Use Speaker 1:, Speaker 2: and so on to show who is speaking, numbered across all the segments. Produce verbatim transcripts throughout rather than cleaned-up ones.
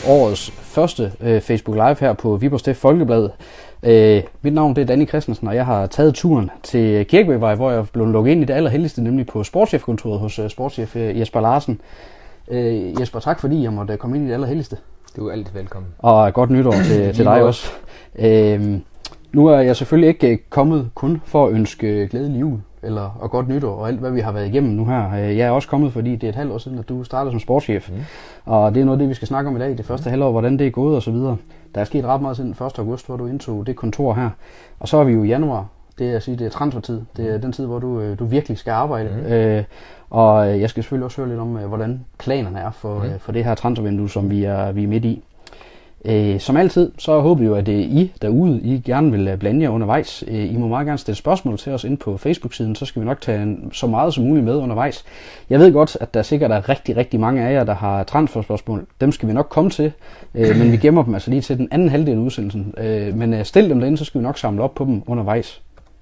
Speaker 1: årets første øh, Facebook Live her på Viborg Stift Folkeblad. Øh, mit navn det er Danny Christensen, og jeg har taget turen til Kirkebækvej, hvor jeg blev lukket ind i det allerheldigste, nemlig på sportschefkontoret hos uh, sportschef uh, Jesper Larsen. Øh, Jesper, tak fordi jeg måtte komme ind i det allerheldigste.
Speaker 2: Du er altid velkommen.
Speaker 1: Og godt nytår til, til dig også. Øh, nu er jeg selvfølgelig ikke kommet kun for at ønske glædelig jul eller og godt nytår og alt hvad vi har været igennem nu her. Jeg er også kommet, fordi det er et halvt år siden, at du startede som sportschef. Mm. Og det er noget af det, vi skal snakke om i dag, det første halvår, hvordan det er gået og så videre. Der er sket ret meget siden første august, hvor du indtog det kontor her. Og så er vi jo i januar. Det er, at sige, det er transfertid. Det er den tid, hvor du, du virkelig skal arbejde. Mm. Øh, og jeg skal selvfølgelig også høre lidt om, hvordan planerne er for, mm. for det her transfervindue, som vi er, vi er midt i. Øh, som altid, så håber vi jo, at I derude, I gerne vil blande jer undervejs. Øh, I må meget gerne stille spørgsmål til os inde på Facebook-siden, så skal vi nok tage så meget som muligt med undervejs. Jeg ved godt, at der sikkert er rigtig, rigtig mange af jer, der har transferspørgsmål. Dem skal vi nok komme til, øh, men vi gemmer dem altså lige til den anden halvdel af udsendelsen. Øh, men øh, stil dem derinde, så skal vi nok samle op på dem undervejs.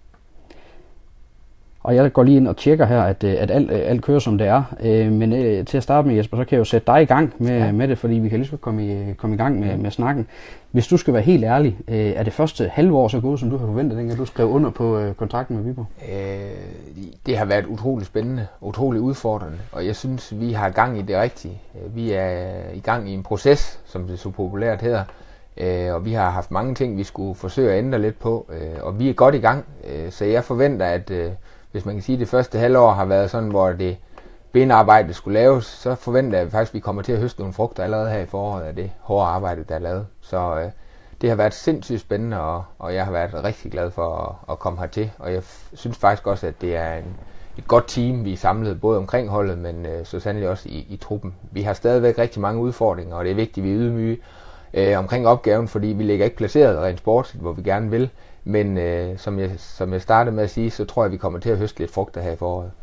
Speaker 1: Og jeg går lige ind og tjekker her, at, at alt, alt kører som det er. Øh, men øh, til at starte med, Jesper, så kan jeg jo sætte dig i gang med, ja. med det, fordi vi kan lige så komme i, komme i gang med, med snakken. Hvis du skal være helt ærlig, øh, er det første halve år så gået, som du har forventet, dengang du skrev under på øh, kontrakten med Viborg?
Speaker 2: Øh, det har været utrolig spændende, utrolig udfordrende, og jeg synes, vi har gang i det rigtige. Vi er i gang i en proces, som det så populært hedder, øh, og vi har haft mange ting, vi skulle forsøge at ændre lidt på, øh, og vi er godt i gang, øh, så jeg forventer, at øh, hvis man kan sige, at det første halvår har været sådan, hvor det benarbejde skulle laves, så forventer jeg faktisk, at vi kommer til at høste nogle frugter allerede her i foråret af det hårde arbejde, der er lavet. Så øh, det har været sindssygt spændende, og, og jeg har været rigtig glad for at, at komme hertil. Og jeg f- synes faktisk også, at det er en, et godt team, vi er samlet både omkring holdet, men øh, så sandelig også i, i truppen. Vi har stadigvæk rigtig mange udfordringer, og det er vigtigt, at vi er ydmyge øh, omkring opgaven, fordi vi ligger ikke placeret rent sportsligt, hvor vi gerne vil. Men øh, som, jeg, som jeg startede med at sige, så tror jeg, vi kommer til at høste lidt frugter her i foråret.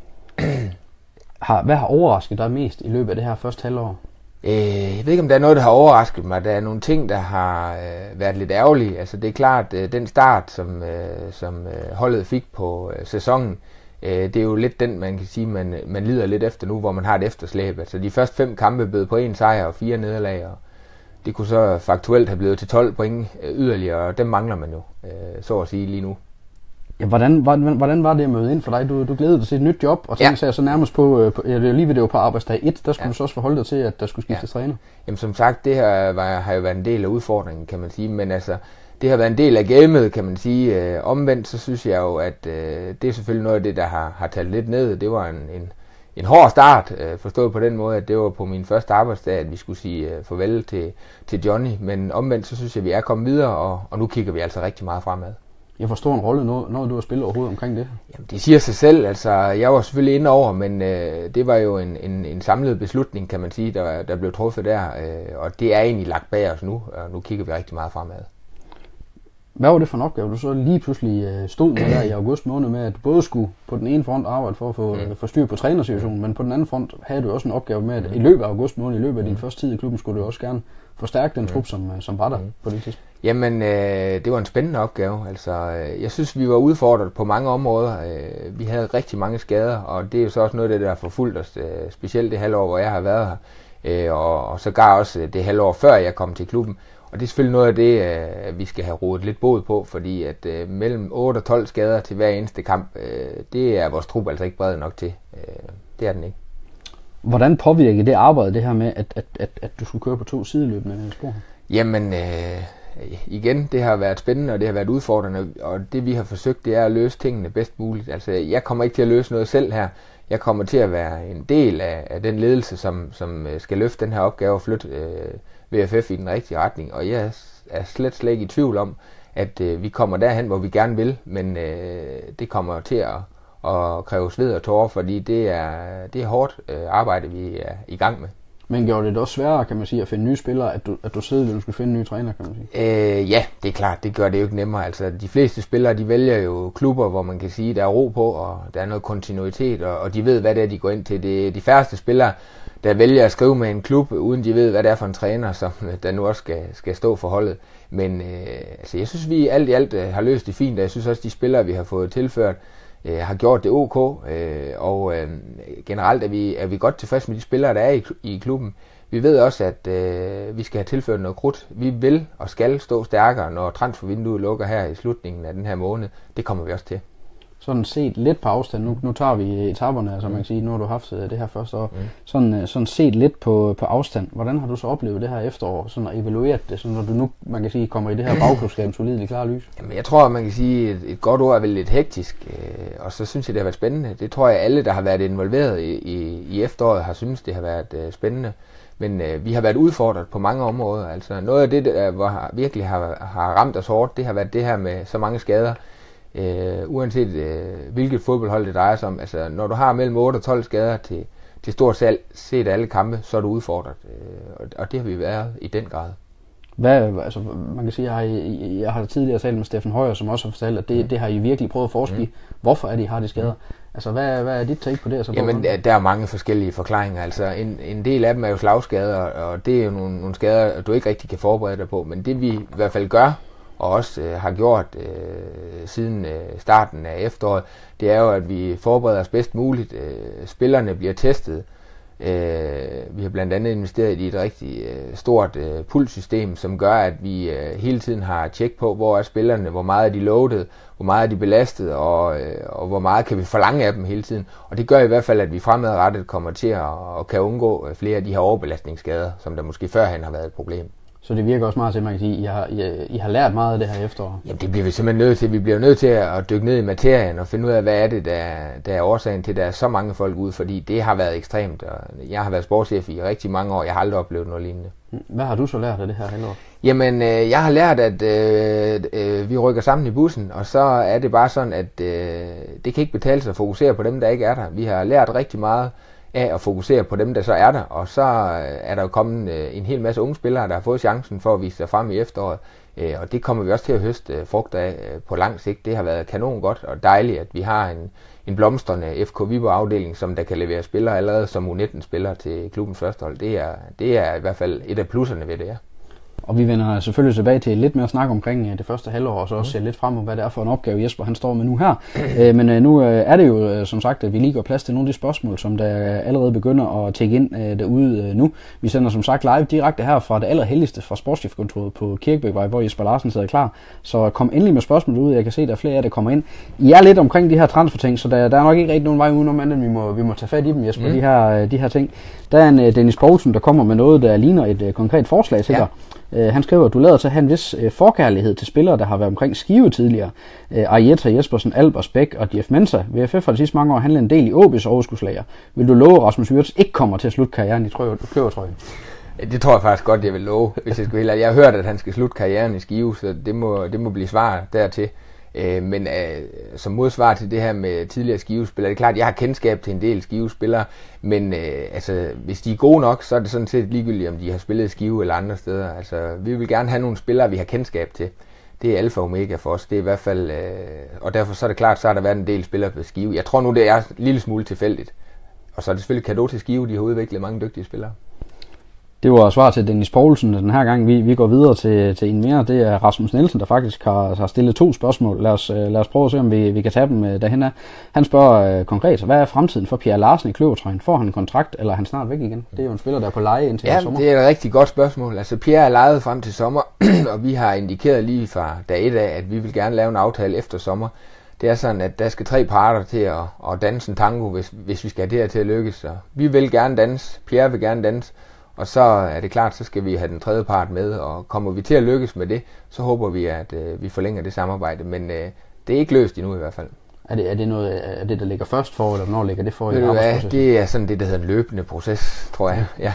Speaker 1: har, hvad har overrasket dig mest i løbet af det her første halvår?
Speaker 2: Øh, jeg ved ikke, om der er noget, der har overrasket mig. Der er nogle ting, der har øh, været lidt ærgerlige. Altså, det er klart, øh, den start, som, øh, som øh, holdet fik på øh, sæsonen, øh, det er jo lidt den, man kan sige, man, man lider lidt efter nu, hvor man har et efterslæb. Altså, de første fem kampe blev på en sejr og fire nederlag, og det kunne så faktuelt have blevet til tolv point yderligere, og dem mangler man jo, øh, så at sige, lige nu.
Speaker 1: Ja, hvordan, hvordan, hvordan var det at møde ind for dig? Du, du glædede dig til et nyt job, og så ja. så nærmest på, på ja, lige ved det var på arbejdsdag et, der skulle ja. du så også forholde dig til, at der skulle skiftes ja. træner.
Speaker 2: Jamen som sagt, det her var, har jo været en del af udfordringen, kan man sige, men altså, det har været en del af gamet, kan man sige. Øh, omvendt, så synes jeg jo, at øh, det er selvfølgelig noget af det, der har, har talt lidt ned. Det var en, en En hård start, øh, forstået på den måde, at det var på min første arbejdsdag, at vi skulle sige øh, farvel til, til Johnny. Men omvendt, så synes jeg, at vi er kommet videre, og, og nu kigger vi altså rigtig meget fremad.
Speaker 1: Jeg forstår en rolle, når, når du har spillet overhovedet omkring det?
Speaker 2: Jamen, det siger sig selv. Altså, jeg var selvfølgelig inde over, men øh, det var jo en, en, en samlet beslutning, kan man sige, der, der blev truffet der. Øh, og det er egentlig lagt bag os nu, og nu kigger vi rigtig meget fremad.
Speaker 1: Hvad var det for en opgave, du så lige pludselig stod med der i august måned med, at du både skulle på den ene front arbejde for at få, mm. få styr på trænersituationen, men på den anden front havde du også en opgave med, at i løbet af august måned, i løbet af din mm. første tid i klubben, skulle du også gerne forstærke den mm. trup, som, som var der mm. på det tidspunkt.
Speaker 2: Jamen, øh, det var en spændende opgave. Altså, øh, jeg synes, vi var udfordret på mange områder. Øh, vi havde rigtig mange skader, og det er jo så også noget af det, der har forfulgt os, øh, specielt det halvår, hvor jeg har været her, øh, og, og sågar også det halvår før jeg kom til klubben. Og det er selvfølgelig noget af det, øh, vi skal have rodet lidt bod på, fordi at øh, mellem otte og tolv skader til hver eneste kamp, øh, det er vores trup altså ikke bred nok til. Øh, det er den ikke.
Speaker 1: Hvordan påvirker det arbejde, det her med, at, at, at, at du skulle køre på to sideløbende spor?
Speaker 2: Jamen, øh, igen, det har været spændende, og det har været udfordrende, og det vi har forsøgt, det er at løse tingene bedst muligt. Altså, jeg kommer ikke til at løse noget selv her. Jeg kommer til at være en del af, af den ledelse, som, som skal løfte den her opgave og flytte øh, V F F i den rigtige retning. Og jeg er slet, slet ikke i tvivl om, at øh, vi kommer derhen, hvor vi gerne vil, men øh, det kommer til at, at kræve sved og tårer, fordi det er, det er hårdt øh, arbejde, vi er i gang med.
Speaker 1: Men gjorde det også sværere, kan man sige, at finde nye spillere, at du, at du sidder, du skulle finde nye træner, kan man sige?
Speaker 2: Øh, ja, det er klart, det gør det jo ikke nemmere. Altså, de fleste spillere, de vælger jo klubber, hvor man kan sige, der er ro på, og der er noget kontinuitet, og, og de ved, hvad det er, de går ind til. Det er de færreste spillere, der vælger at skrive med en klub, uden de ved, hvad det er for en træner, som der nu også skal, skal stå for holdet. Men øh, altså, jeg synes, vi alt i alt har løst det fint, og jeg synes også, de spillere, vi har fået tilført, øh, har gjort det ok, øh, og øh, generelt er vi, er vi godt tilfredse med de spillere, der er i, i klubben. Vi ved også, at øh, vi skal have tilført noget krudt. Vi vil og skal stå stærkere, når transfervinduet lukker her i slutningen af den her måned. Det kommer vi også til.
Speaker 1: Sådan set lidt på afstand. Nu, nu tager vi etaperne, altså mm. man kan sige, nu har du haft det her første år. Mm. Sådan, sådan set lidt på, på afstand. Hvordan har du så oplevet det her efterår, sådan at evaluere det, sådan når du nu, man kan sige, kommer i det her bagklubskab solidt i klare lys?
Speaker 2: Jamen, jeg tror, man kan sige, et, et godt ord er vel lidt hektisk, øh, og så synes jeg, det har været spændende. Det tror jeg, alle, der har været involveret i, i, i efteråret, har synes det har været øh, spændende. Men øh, vi har været udfordret på mange områder. Altså noget af det, der hvor virkelig har, har ramt os hårdt, det har været det her med så mange skader. Uh, uanset uh, hvilket fodboldhold det drejer sig om. Altså, når du har mellem otte og tolv skader til, til stort set alle kampe, så er du udfordret. Uh, og det har vi været i den grad.
Speaker 1: Hvad, altså, man kan sige, jeg har, jeg har tidligere talt med Steffen Højer, som også har fortalt, at det, mm. det har I virkelig prøvet at forske i. Mm. Hvorfor er de har de skader? Mm. Altså, hvad, hvad er dit take på det? Altså,
Speaker 2: Jamen, der, der er mange forskellige forklaringer. Altså, en, en del af dem er jo slagskader, og det er jo nogle, nogle skader, du ikke rigtig kan forberede dig på. Men det vi i hvert fald gør, og også øh, har gjort øh, siden øh, starten af efteråret, det er jo, at vi forbereder os bedst muligt. Øh, spillerne bliver testet. Øh, vi har blandt andet investeret i et rigtig øh, stort øh, pulssystem, som gør, at vi øh, hele tiden har tjek på, hvor er spillerne, hvor meget er de loadet, hvor meget er de belastet, og, øh, og hvor meget kan vi forlange af dem hele tiden. Og det gør i hvert fald, at vi fremadrettet kommer til at og kan undgå flere af de her overbelastningsskader, som der måske førhen har været et problem.
Speaker 1: Så det virker også meget til, at man kan sige, at I har, I, I har lært meget af det her efterår.
Speaker 2: Jamen det bliver vi simpelthen nødt til. Vi bliver nødt til at dykke ned i materien og finde ud af, hvad er det, der, der er årsagen til, at der er så mange folk ude, fordi det har været ekstremt. Og jeg har været sportschef i rigtig mange år. Jeg har aldrig oplevet noget lignende.
Speaker 1: Hvad har du så lært af det her halvår?
Speaker 2: Jamen, øh, jeg har lært, at øh, øh, vi rykker sammen i bussen, og så er det bare sådan, at øh, det kan ikke betale sig at fokusere på dem, der ikke er der. Vi har lært rigtig meget af at fokusere på dem, der så er der, og så er der jo kommet en hel masse unge spillere, der har fået chancen for at vise sig frem i efteråret, og det kommer vi også til at høste frugter af på lang sigt. Det har været kanon godt og dejligt, at vi har en, en blomstrende F K Viborg afdeling, som der kan levere spillere allerede som U nitten spillere til klubbens førstehold. Det er, det er i hvert fald et af plusserne ved det, ja.
Speaker 1: Og vi vender selvfølgelig tilbage til lidt mere snak omkring det første halvår, og så også se lidt frem om, hvad det er for en opgave, Jesper han står med nu her. Men nu er det jo som sagt, at vi lige går plads til nogle af de spørgsmål, som der allerede begynder at tække ind derude nu. Vi sender som sagt live direkte her fra det allerhelligste fra sportschefkontoret på Kirkebækvej, hvor Jesper Larsen sidder klar. Så kom endelig med spørgsmål ud. Jeg kan se, at der er flere af der kommer ind. I er lidt omkring de her transferting, så der, der er nok ikke rigtig nogen vej udenom andet. Vi må, vi må tage fat i dem, Jesper, mm. de, her, de her ting. Der er en Dennis Poulsen, der kommer med noget, der ligner et konkret forslag til dig. Uh, han skriver, at du lader til at have en vis uh, forkærlighed til spillere, der har været omkring Skive tidligere. Uh, Arietta, Jespersen, Albers, Bæk og Jeff Mensa. V F F har de sidste mange år handlet en del i O B's overskudslager. Vil du love, Rasmus Wirtz ikke kommer til at slutte karrieren i kløvertrøjen?
Speaker 2: Det tror jeg faktisk godt, jeg vil love, hvis jeg skulle helt. Jeg har hørt, at han skal slutte karrieren i Skive, så det må, det må blive svar dertil. Øh, men øh, som modsvar til det her med tidligere Skive-spillere, det er klart, at jeg har kendskab til en del Skive-spillere, men øh, altså, hvis de er gode nok, så er det sådan set ligegyldigt, om de har spillet Skive eller andre steder. Altså, vi vil gerne have nogle spillere, vi har kendskab til. Det er alfa og omega for os. Det er i hvert fald, øh, og derfor så er det klart, så har der været en del spillere på Skive. Jeg tror nu, det er en lille smule tilfældigt. Og så er det selvfølgelig kado til Skive, de har udviklet mange dygtige spillere.
Speaker 1: Det var svar til Dennis Poulsen den her gang. Vi, vi går videre til, til en mere. Det er Rasmus Nielsen, der faktisk har, har stillet to spørgsmål. Lad os, lad os prøve at se, om vi, vi kan tage dem derhen af. Han spørger øh, konkret, hvad er fremtiden for Pierre Larsen i kløvertrøjen? Får han en kontrakt, eller er han snart væk igen? Det er jo en spiller, der er på leje indtil
Speaker 2: ja,
Speaker 1: sommer.
Speaker 2: Det er et rigtig godt spørgsmål. Altså Pierre er lejet frem til sommer, og vi har indikeret lige fra dag et af, at vi vil gerne lave en aftale efter sommer. Det er sådan, at der skal tre parter til at, at danse en tango, hvis, hvis vi skal have det her til at lykkes. Så vi vil gerne danse, Pierre vil gerne danse. Og så er det klart, så skal vi have den tredje part med, og kommer vi til at lykkes med det, så håber vi, at øh, vi forlænger det samarbejde. Men øh, det er ikke løst endnu i hvert fald.
Speaker 1: Er det, er det noget, er det, der ligger først for, eller hvornår ligger det for i
Speaker 2: arbejdsprocessen? Det er sådan det, der hedder en løbende proces, tror jeg. Ja.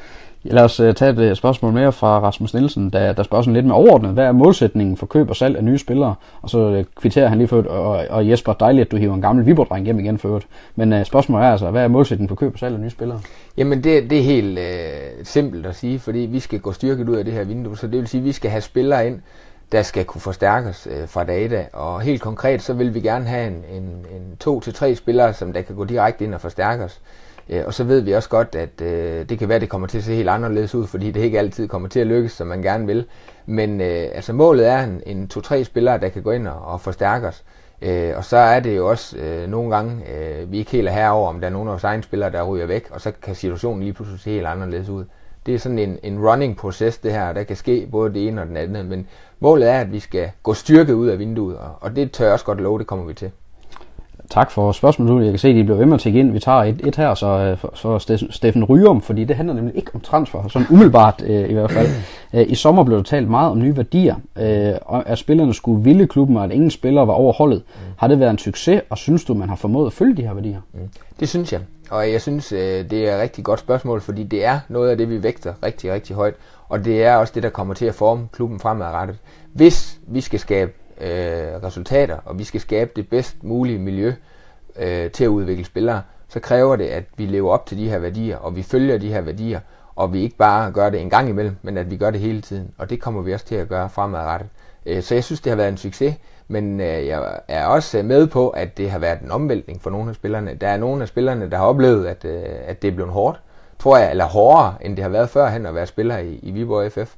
Speaker 1: Lad os uh, tage et spørgsmål mere fra Rasmus Nielsen, der, der spørger sådan lidt mere overordnet. Hvad er målsætningen for køb og salg af nye spillere? Og så uh, kvitterer han lige for og, og Jesper, dejligt, at du hiver en gammel Viborg-dreng hjem igen for øvrigt. Men uh, spørgsmålet er altså, hvad er målsætningen for køb og salg af nye spillere?
Speaker 2: Jamen det, det er helt uh, simpelt at sige, fordi vi skal gå styrket ud af det her vindue. Så det vil sige, at vi skal have spillere ind, der skal kunne forstærkes uh, fra dag et af. Og helt konkret, så vil vi gerne have en, en, en to til tre spillere, som der kan gå direkte ind og forstærkes. Og så ved vi også godt, at øh, det kan være, at det kommer til at se helt anderledes ud, fordi det ikke altid kommer til at lykkes, som man gerne vil. Men øh, altså målet er en, en to-tre spillere, der kan gå ind og, og forstærke os. Øh, og så er det jo også øh, nogle gange, øh, vi ikke helt er herover, om der er nogle af vores egne spillere, der ryger væk, og så kan situationen lige pludselig se helt anderledes ud. det er sådan en, en running proces det her, der kan ske både det ene og den andet, men målet er, at vi skal gå styrket ud af vinduet, og, og det tør jeg også godt love, det kommer vi til.
Speaker 1: Tak for spørgsmålet. Jeg kan se, at I bliver ved med at tække ind. Vi tager et, et her, så, så Steffen Ryum, fordi det handler nemlig ikke om transfer, sådan umiddelbart øh, i hvert fald. I sommer blev der talt meget om nye værdier, øh, og at spillerne skulle ville klubben, og at ingen spillere var overholdet. Mm. Har det været en succes, og synes du, man har formået at følge de her værdier? Mm.
Speaker 2: Det synes jeg, og jeg synes, øh, det er et rigtig godt spørgsmål, fordi det er noget af det, vi vægter rigtig, rigtig højt, og det er også det, der kommer til at forme klubben fremadrettet. Hvis vi skal skabe Øh, resultater, og vi skal skabe det bedst mulige miljø øh, til at udvikle spillere, så kræver det, at vi lever op til de her værdier, og vi følger de her værdier, og vi ikke bare gør det en gang imellem, men at vi gør det hele tiden, og det kommer vi også til at gøre fremadrettet. Øh, så jeg synes, det har været en succes, men øh, jeg er også med på, at det har været en omvæltning for nogle af spillerne. Der er nogle af spillerne, der har oplevet, at, øh, at det er blevet hårdt, tror jeg, eller hårdere, end det har været førhen at være spiller i, i Viborg F F.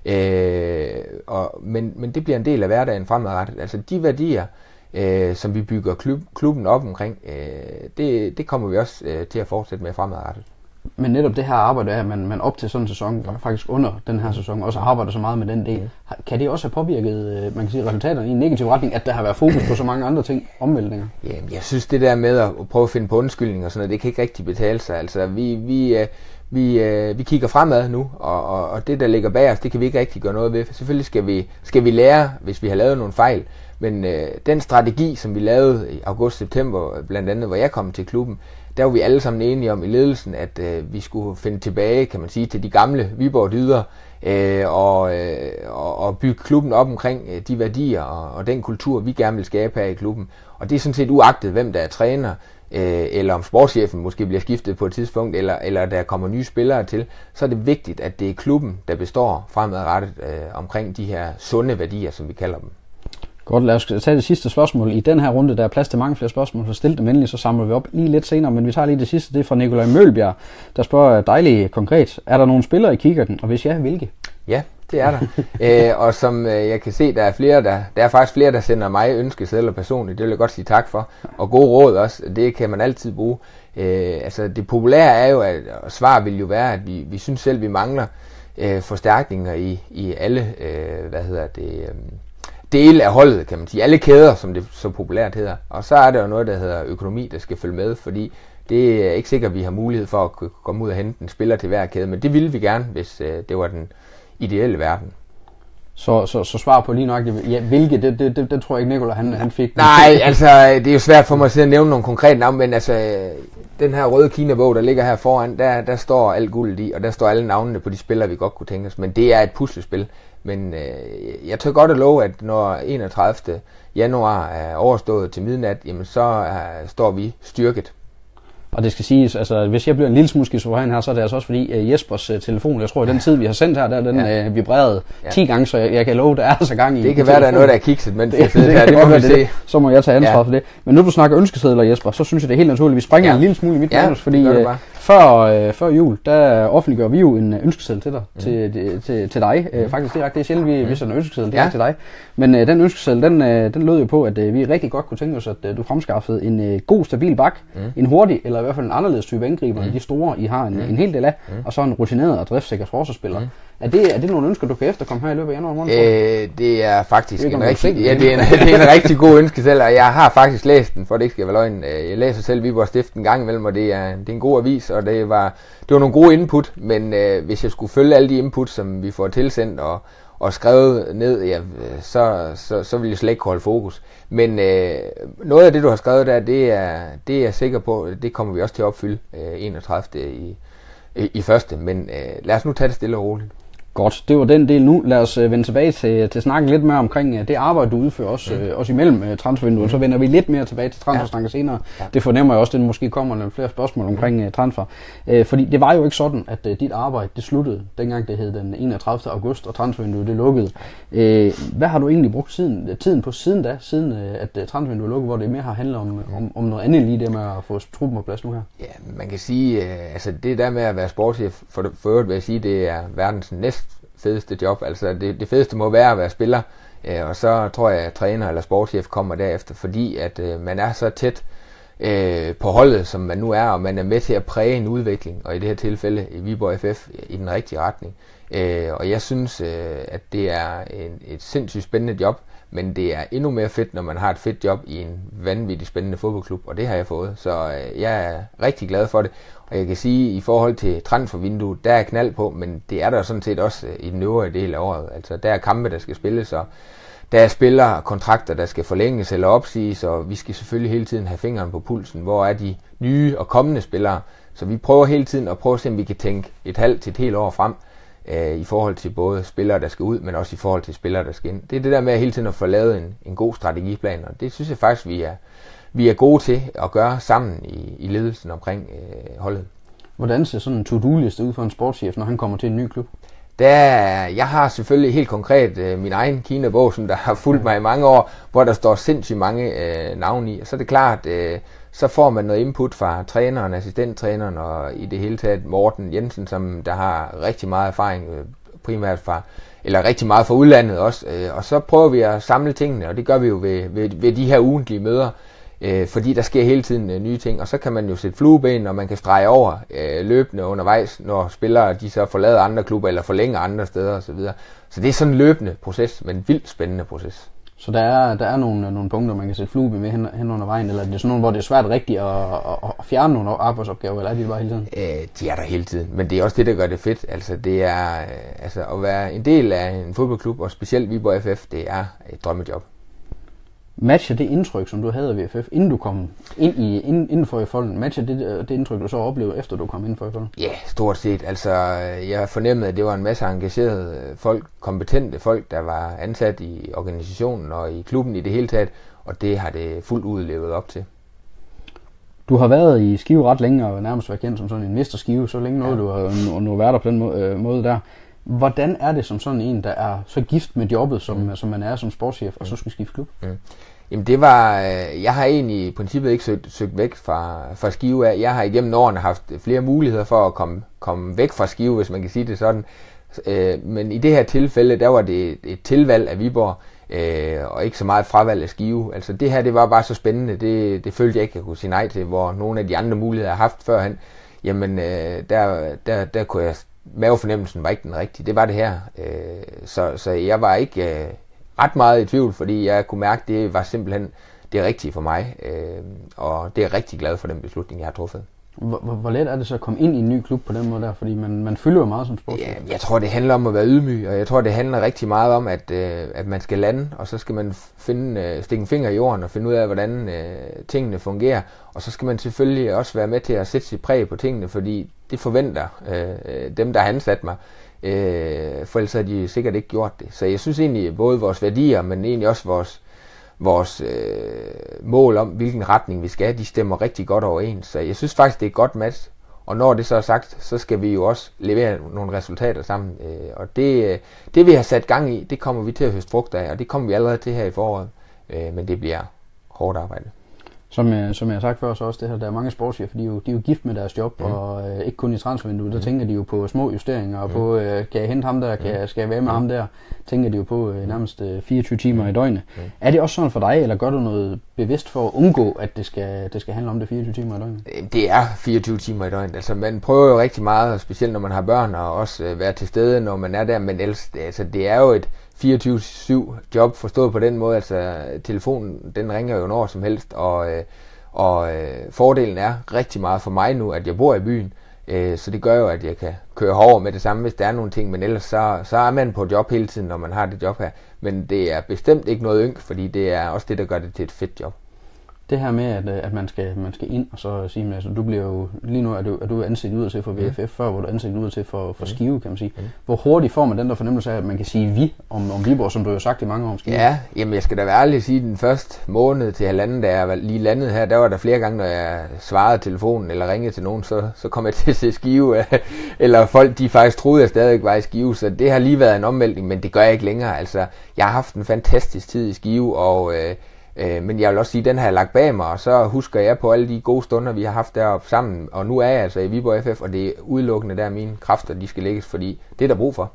Speaker 2: Øh, og, men, men det bliver en del af hverdagen fremadrettet. Altså de værdier, øh, som vi bygger klub, klubben op omkring, øh, det, det kommer vi også øh, til at fortsætte med fremadrettet.
Speaker 1: Men netop det her arbejde, at man, man op til sådan en sæson, og faktisk under den her sæson, også arbejder så meget med den del, kan det også have påvirket, man kan sige, resultaterne i en negativ retning, at der har været fokus på så mange andre ting, omvæltninger?
Speaker 2: Jamen, jeg synes det der med at prøve at finde på undskyldninger og sådan noget, det kan ikke rigtig betale sig. Altså, vi, vi, vi, vi kigger fremad nu, og, og, og det der ligger bag os, det kan vi ikke rigtig gøre noget ved. Selvfølgelig skal vi, skal vi lære, hvis vi har lavet nogle fejl, men øh, den strategi, som vi lavede i august-september, blandt andet, hvor jeg kom til klubben, der var vi alle sammen enige om i ledelsen, at øh, vi skulle finde tilbage, kan man sige, til de gamle Viborg-dyder, øh, og, øh, og, og bygge klubben op omkring øh, de værdier og, og den kultur, vi gerne vil skabe her i klubben. Og det er sådan set uagtet, hvem der er træner, øh, eller om sportschefen måske bliver skiftet på et tidspunkt, eller, eller der kommer nye spillere til, så er det vigtigt, at det er klubben, der består fremadrettet øh, omkring de her sunde værdier, som vi kalder dem.
Speaker 1: Godt, lad os tage det sidste spørgsmål. I den her runde, der er plads til mange flere spørgsmål, så stil dem endelig, så samler vi op lige lidt senere. Men vi tager lige det sidste, det er fra Nikolaj Mølbjerg, der spørger dejligt konkret. Er der nogle spillere i kikkerten, og hvis ja, hvilke?
Speaker 2: Ja, det er der. Æ, og som øh, jeg kan se, der er flere, der, der er faktisk flere, der sender mig ønskesedler personligt. Det vil jeg godt sige tak for. Og gode råd også, det kan man altid bruge. Æ, altså det populære er jo, at og svar vil jo være, at vi, vi synes selv, vi mangler øh, forstærkninger i, i alle, øh, hvad hedder det... Øh, dele af holdet, kan man sige. Alle kæder, som det så populært hedder. Og så er der jo noget, der hedder økonomi, der skal følge med, fordi det er ikke sikkert, at vi har mulighed for at komme ud og hente en spiller til hver kæde, men det ville vi gerne, hvis øh, det var den ideelle verden.
Speaker 1: Så, så, så svar på lige nok, ja, hvilke, det, det, det, det tror jeg ikke, Nicolai han, han fik.
Speaker 2: Nej, altså, det er jo svært for mig at sidde og nævne nogle konkrete navne, men altså, den her røde Kina-bog, der ligger her foran, der, der står alt guldet i, og der står alle navnene på de spillere, vi godt kunne tænke os, men det er et puslespil. Men øh, jeg tør godt at love, at når enogtredivte januar er overstået til midnat, jamen så øh, står vi styrket.
Speaker 1: Og det skal siges, altså hvis jeg bliver en lille smule skizofren her, så er det altså også fordi uh, Jespers uh, telefon, jeg tror i den tid vi har sendt her, der den ja. uh, vibrerede ja. ti gange, så jeg, jeg kan love, der er altså gang i.
Speaker 2: Det kan være, der er noget, der er kikset, mens jeg sidder
Speaker 1: her,
Speaker 2: det må vi se.
Speaker 1: Det. Så må jeg tage ansvar ja. for det. Men nu du snakker ønskesedler, Jesper, så synes jeg det er helt naturligt, vi springer ja. en lille smule i mit
Speaker 2: ja,
Speaker 1: manus, fordi uh, før, uh, før jul, der offentliggør vi jo en ønskeseddel til dig, mm. til, til, til dig, uh, faktisk direkte. Det er sjældent, vi, mm. vi sender en ønskeseddel direkte ja. til dig. Men uh, den ønskeseddel, den, uh, den lød jo på, at uh, vi rigtig godt kunne tænke os, at uh, du fremskaffede en uh, god, stabil bak, mm. en hurtig, eller i hvert fald en anderledes type angriber, mm. de store, I har en, mm. en hel del af, mm. og så en rutineret og driftsikker forsvarsspiller. Mm. Er det, er det nogle ønsker, du kan efterkomme her i løbet af januar måned?
Speaker 2: Øh, det er faktisk det er en, rigtig, ja, det er en, det er en rigtig god ønske selv, og jeg har faktisk læst den, for det ikke skal være løgn. Jeg læser selv Viborg Stift en gang imellem, og det er, det er en god avis, og det var, det var nogle gode input, men øh, hvis jeg skulle følge alle de input, som vi får tilsendt og, og skrevet ned, ja, så, så, så vil jeg slet ikke holde fokus. Men øh, noget af det, du har skrevet der, det er, det er jeg sikker på, det kommer vi også til at opfylde øh, enogtredivte i, i, i første, men øh, lad os nu tage det stille og roligt.
Speaker 1: Godt, det var den del nu. Lad os uh, vende tilbage til, til snakken lidt mere omkring uh, det arbejde, du udfører også, mm. uh, også imellem uh, transfervinduet. Mm. Så vender vi lidt mere tilbage til transfersnakken ja. senere. Ja. Det fornemmer jeg også, at der måske kommer nogle flere spørgsmål omkring uh, transfer. Uh, fordi det var jo ikke sådan, at uh, dit arbejde det sluttede, dengang det hed den enogtredivte august, og transfervinduet det lukkede. Uh, hvad har du egentlig brugt siden, tiden på siden da, siden uh, at uh, transfervinduet lukkede, hvor det mere har handlet om, mm. om, om noget andet lige det med at få truppen på plads nu her? Ja,
Speaker 2: man kan sige, uh, altså det der med at være sportschef, for, for øvrigt vil jeg sige, det er verdens næst fedeste job. Altså det, det fedeste må være at være spiller, øh, og så tror jeg, at træner eller sportschef kommer derefter, fordi at øh, man er så tæt øh, på holdet, som man nu er, og man er med til at præge en udvikling, og i det her tilfælde i Viborg F F i den rigtige retning. Øh, og jeg synes, øh, at det er en, et sindssygt spændende job, men det er endnu mere fedt, når man har et fedt job i en vanvittig spændende fodboldklub, og det har jeg fået. Så øh, jeg er rigtig glad for det, og jeg kan sige, at i forhold til transfervinduet, der er knald på, men det er der sådan set også i den øvrige del af året. Altså, der er kampe, der skal spilles, og der er spillere kontrakter, der skal forlænges eller opsiges, og vi skal selvfølgelig hele tiden have fingeren på pulsen. Hvor er de nye og kommende spillere? Så vi prøver hele tiden at prøve at se, om vi kan tænke et halvt til et helt år frem, øh, i forhold til både spillere, der skal ud, men også i forhold til spillere, der skal ind. Det er det der med hele tiden at få lavet en, en god strategiplan, og det synes jeg faktisk, vi er, vi er gode til at gøre sammen i, i ledelsen omkring øh, holdet.
Speaker 1: Hvordan ser sådan en to-do-liste ud for en sportschef, når han kommer til en ny klub?
Speaker 2: Der, jeg har selvfølgelig helt konkret øh, min egen Kina-bog, som der har fulgt mig i mange år, hvor der står sindssygt mange øh, navne i. Så er det klart, øh, så får man noget input fra træneren, assistenttræneren og i det hele taget Morten Jensen, som der har rigtig meget erfaring, øh, primært fra, eller rigtig meget fra udlandet også. Øh, og så prøver vi at samle tingene, og det gør vi jo ved, ved, ved de her ugentlige møder, øh, fordi der sker hele tiden øh, nye ting. Og så kan man jo sætte flueben, og man kan strege over øh, løbende undervejs, når spillere de så forlader andre klubber eller forlænger andre steder osv. Så, så det er sådan en løbende proces, men en vildt spændende proces.
Speaker 1: Så der er, der er nogle, nogle punkter, man kan sætte flueben med hen, hen under vejen, eller er det sådan nogle, hvor det er svært rigtigt at, at, at fjerne nogle arbejdsopgaver, eller er de bare hele tiden?
Speaker 2: Øh, de er der hele tiden, men det er også det, der gør det fedt. Altså, det er, øh, altså at være en del af en fodboldklub, og specielt Viborg F F, det er et drømmejob.
Speaker 1: Matcher det indtryk, som du havde af V F F, inden du kom ind i, ind, indenfor i folden, matcher det, det indtryk, du så oplevede, efter du kom indenfor i folden?
Speaker 2: Ja, yeah, stort set. Altså, jeg fornemmede, at det var en masse engagerede folk, kompetente folk, der var ansat i organisationen og i klubben i det hele taget, og det har det fuldt ud levet op til.
Speaker 1: Du har været i Skive ret længe, og nærmest været kendt som sådan en mister Skive, så længe noget, ja. Du har nu været der på den måde, måde der. Hvordan er det som sådan en, der er så gift med jobbet, som, mm. som man er som sportschef, og så skal skifte klub? Mm.
Speaker 2: Jamen det var, jeg har egentlig i princippet ikke søgt, søgt væk fra, fra Skive af. Jeg har igennem årene haft flere muligheder for at komme, komme væk fra Skive, hvis man kan sige det sådan. Men i det her tilfælde, der var det et tilvalg af Viborg, og ikke så meget fravalg af Skive. Altså det her, det var bare så spændende. Det, det følte jeg ikke, jeg kunne sige nej til, hvor nogle af de andre muligheder, jeg har haft førhen, jamen der, der, der kunne jeg, mavefornemmelsen var ikke den rigtige. Det var det her. Så, så jeg var ikke ret meget i tvivl, fordi jeg kunne mærke, at det var simpelthen det rigtige for mig, øh, og det er jeg rigtig glad for den beslutning, jeg har truffet.
Speaker 1: Hvor, hvor let er det så at komme ind i en ny klub på den måde der, fordi man, man fylder jo meget som sportschef?
Speaker 2: Ja, jeg tror, det handler om at være ydmyg, og jeg tror, det handler rigtig meget om, at, øh, at man skal lande, og så skal man finde, øh, stikke en finger i jorden og finde ud af, hvordan øh, tingene fungerer, og så skal man selvfølgelig også være med til at sætte sit præg på tingene, fordi det forventer øh, dem, der har ansat mig. Øh, for ellers har de sikkert ikke gjort det. Så jeg synes egentlig, både vores værdier, men egentlig også vores, vores øh, mål om, hvilken retning vi skal, de stemmer rigtig godt overens. Så jeg synes faktisk, det er et godt match. Og når det så er sagt, så skal vi jo også levere nogle resultater sammen. Øh, og det, det vi har sat gang i, det kommer vi til at høste frugt af, og det kommer vi allerede til her i foråret. Øh, men det bliver hårdt arbejde.
Speaker 1: Som jeg, som jeg har sagt før, så også det her, der er mange sportschefer, de er jo, de er jo gift med deres job, mm. og øh, ikke kun i transfervinduet, der mm. tænker de jo på små justeringer, og mm. på, øh, kan jeg hente ham der, kan jeg, skal jeg være med mm. ham der, tænker de jo på øh, nærmest øh, fireogtyve timer i døgnet. Mm. Er det også sådan for dig, eller gør du noget bevidst for at undgå, at det skal, det skal handle om det fireogtyve timer i døgnet?
Speaker 2: Det er fireogtyve timer i døgnet, altså man prøver jo rigtig meget, specielt når man har børn, og også øh, være til stede, når man er der, men ellers, altså det er jo et fireogtyve syv job, forstået på den måde, altså telefonen, den ringer jo når som helst, og øh, Og øh, fordelen er rigtig meget for mig nu, at jeg bor i byen, øh, så det gør jo, at jeg kan køre herover med det samme, hvis der er nogle ting, men ellers så, så er man på job hele tiden, når man har det job her. Men det er bestemt ikke noget ynk, fordi det er også det, der gør det til et fedt job.
Speaker 1: Det her med, at, at man, skal, man skal ind, og så sige, altså, du bliver jo, lige nu er du, er du ansat ud til for V F F, mm. før hvor du er ansat ud til for, for Skive, kan man sige. Mm. Hvor hurtigt får man den der fornemmelse af, at man kan sige vi om, om Viborg, som du jo har sagt i mange år om Skive?
Speaker 2: Ja, jamen jeg skal da være ærlig at sige, den første måned til halvanden, da jeg var lige landet her, der var der flere gange, når jeg svarede telefonen eller ringede til nogen, så, så kom jeg til at se Skive, eller folk, de faktisk troede, at jeg stadig var i Skive, så det har lige været en omvæltning, men det gør jeg ikke længere. Altså, jeg har haft en fantastisk tid i Skive, og øh, men jeg vil også sige, at den har jeg lagt bag mig, og så husker jeg på alle de gode stunder, vi har haft deroppe sammen. Og nu er jeg altså i Viborg F F, og det er udelukkende der mine kræfter, de skal lægges, fordi det er der brug for.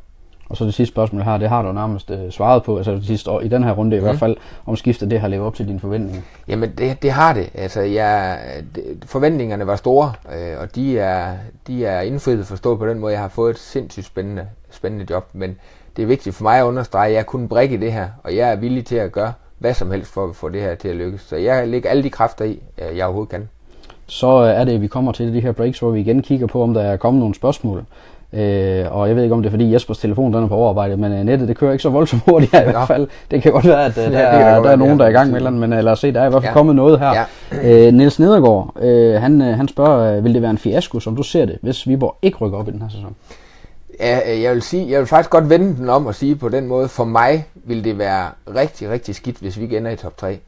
Speaker 1: Og så det sidste spørgsmål her, det har du nærmest øh, svaret på, altså det sidste år, i den her runde i mm. hvert fald, om skiftet det har levet op til dine forventninger.
Speaker 2: Jamen det, det har det. Altså jeg, det, forventningerne var store, øh, og de er, de er indfriet forstået på den måde. Jeg har fået et sindssygt spændende, spændende job, men det er vigtigt for mig at understrege, at jeg kunne brække det her, og jeg er villig til at gøre hvad som helst for at få det her til at lykkes. Så jeg lægger alle de kræfter i, jeg overhovedet kan.
Speaker 1: Så er det, at vi kommer til de her breaks, hvor vi igen kigger på, om der er kommet nogle spørgsmål. Øh, og jeg ved ikke, om det er fordi Jespers telefon den er på overarbejde, men uh, nettet det kører ikke så voldsomt hurtigt her i hvert fald. Det kan godt være, at uh, der, ja, er, der er nogen, der er i gang med eller men uh, lad os se, der er i hvert fald ja. kommet noget her. Ja. Øh, Niels Nedergaard, øh, han, uh, han spørger, uh, vil det være en fiasko, som du ser det, hvis Viborg ikke rykker op i den her sæson?
Speaker 2: Ja, jeg vil sige, jeg vil faktisk godt vende den om og sige på den måde, for mig vil det være rigtig, rigtig skidt, hvis vi ikke ender i top tre.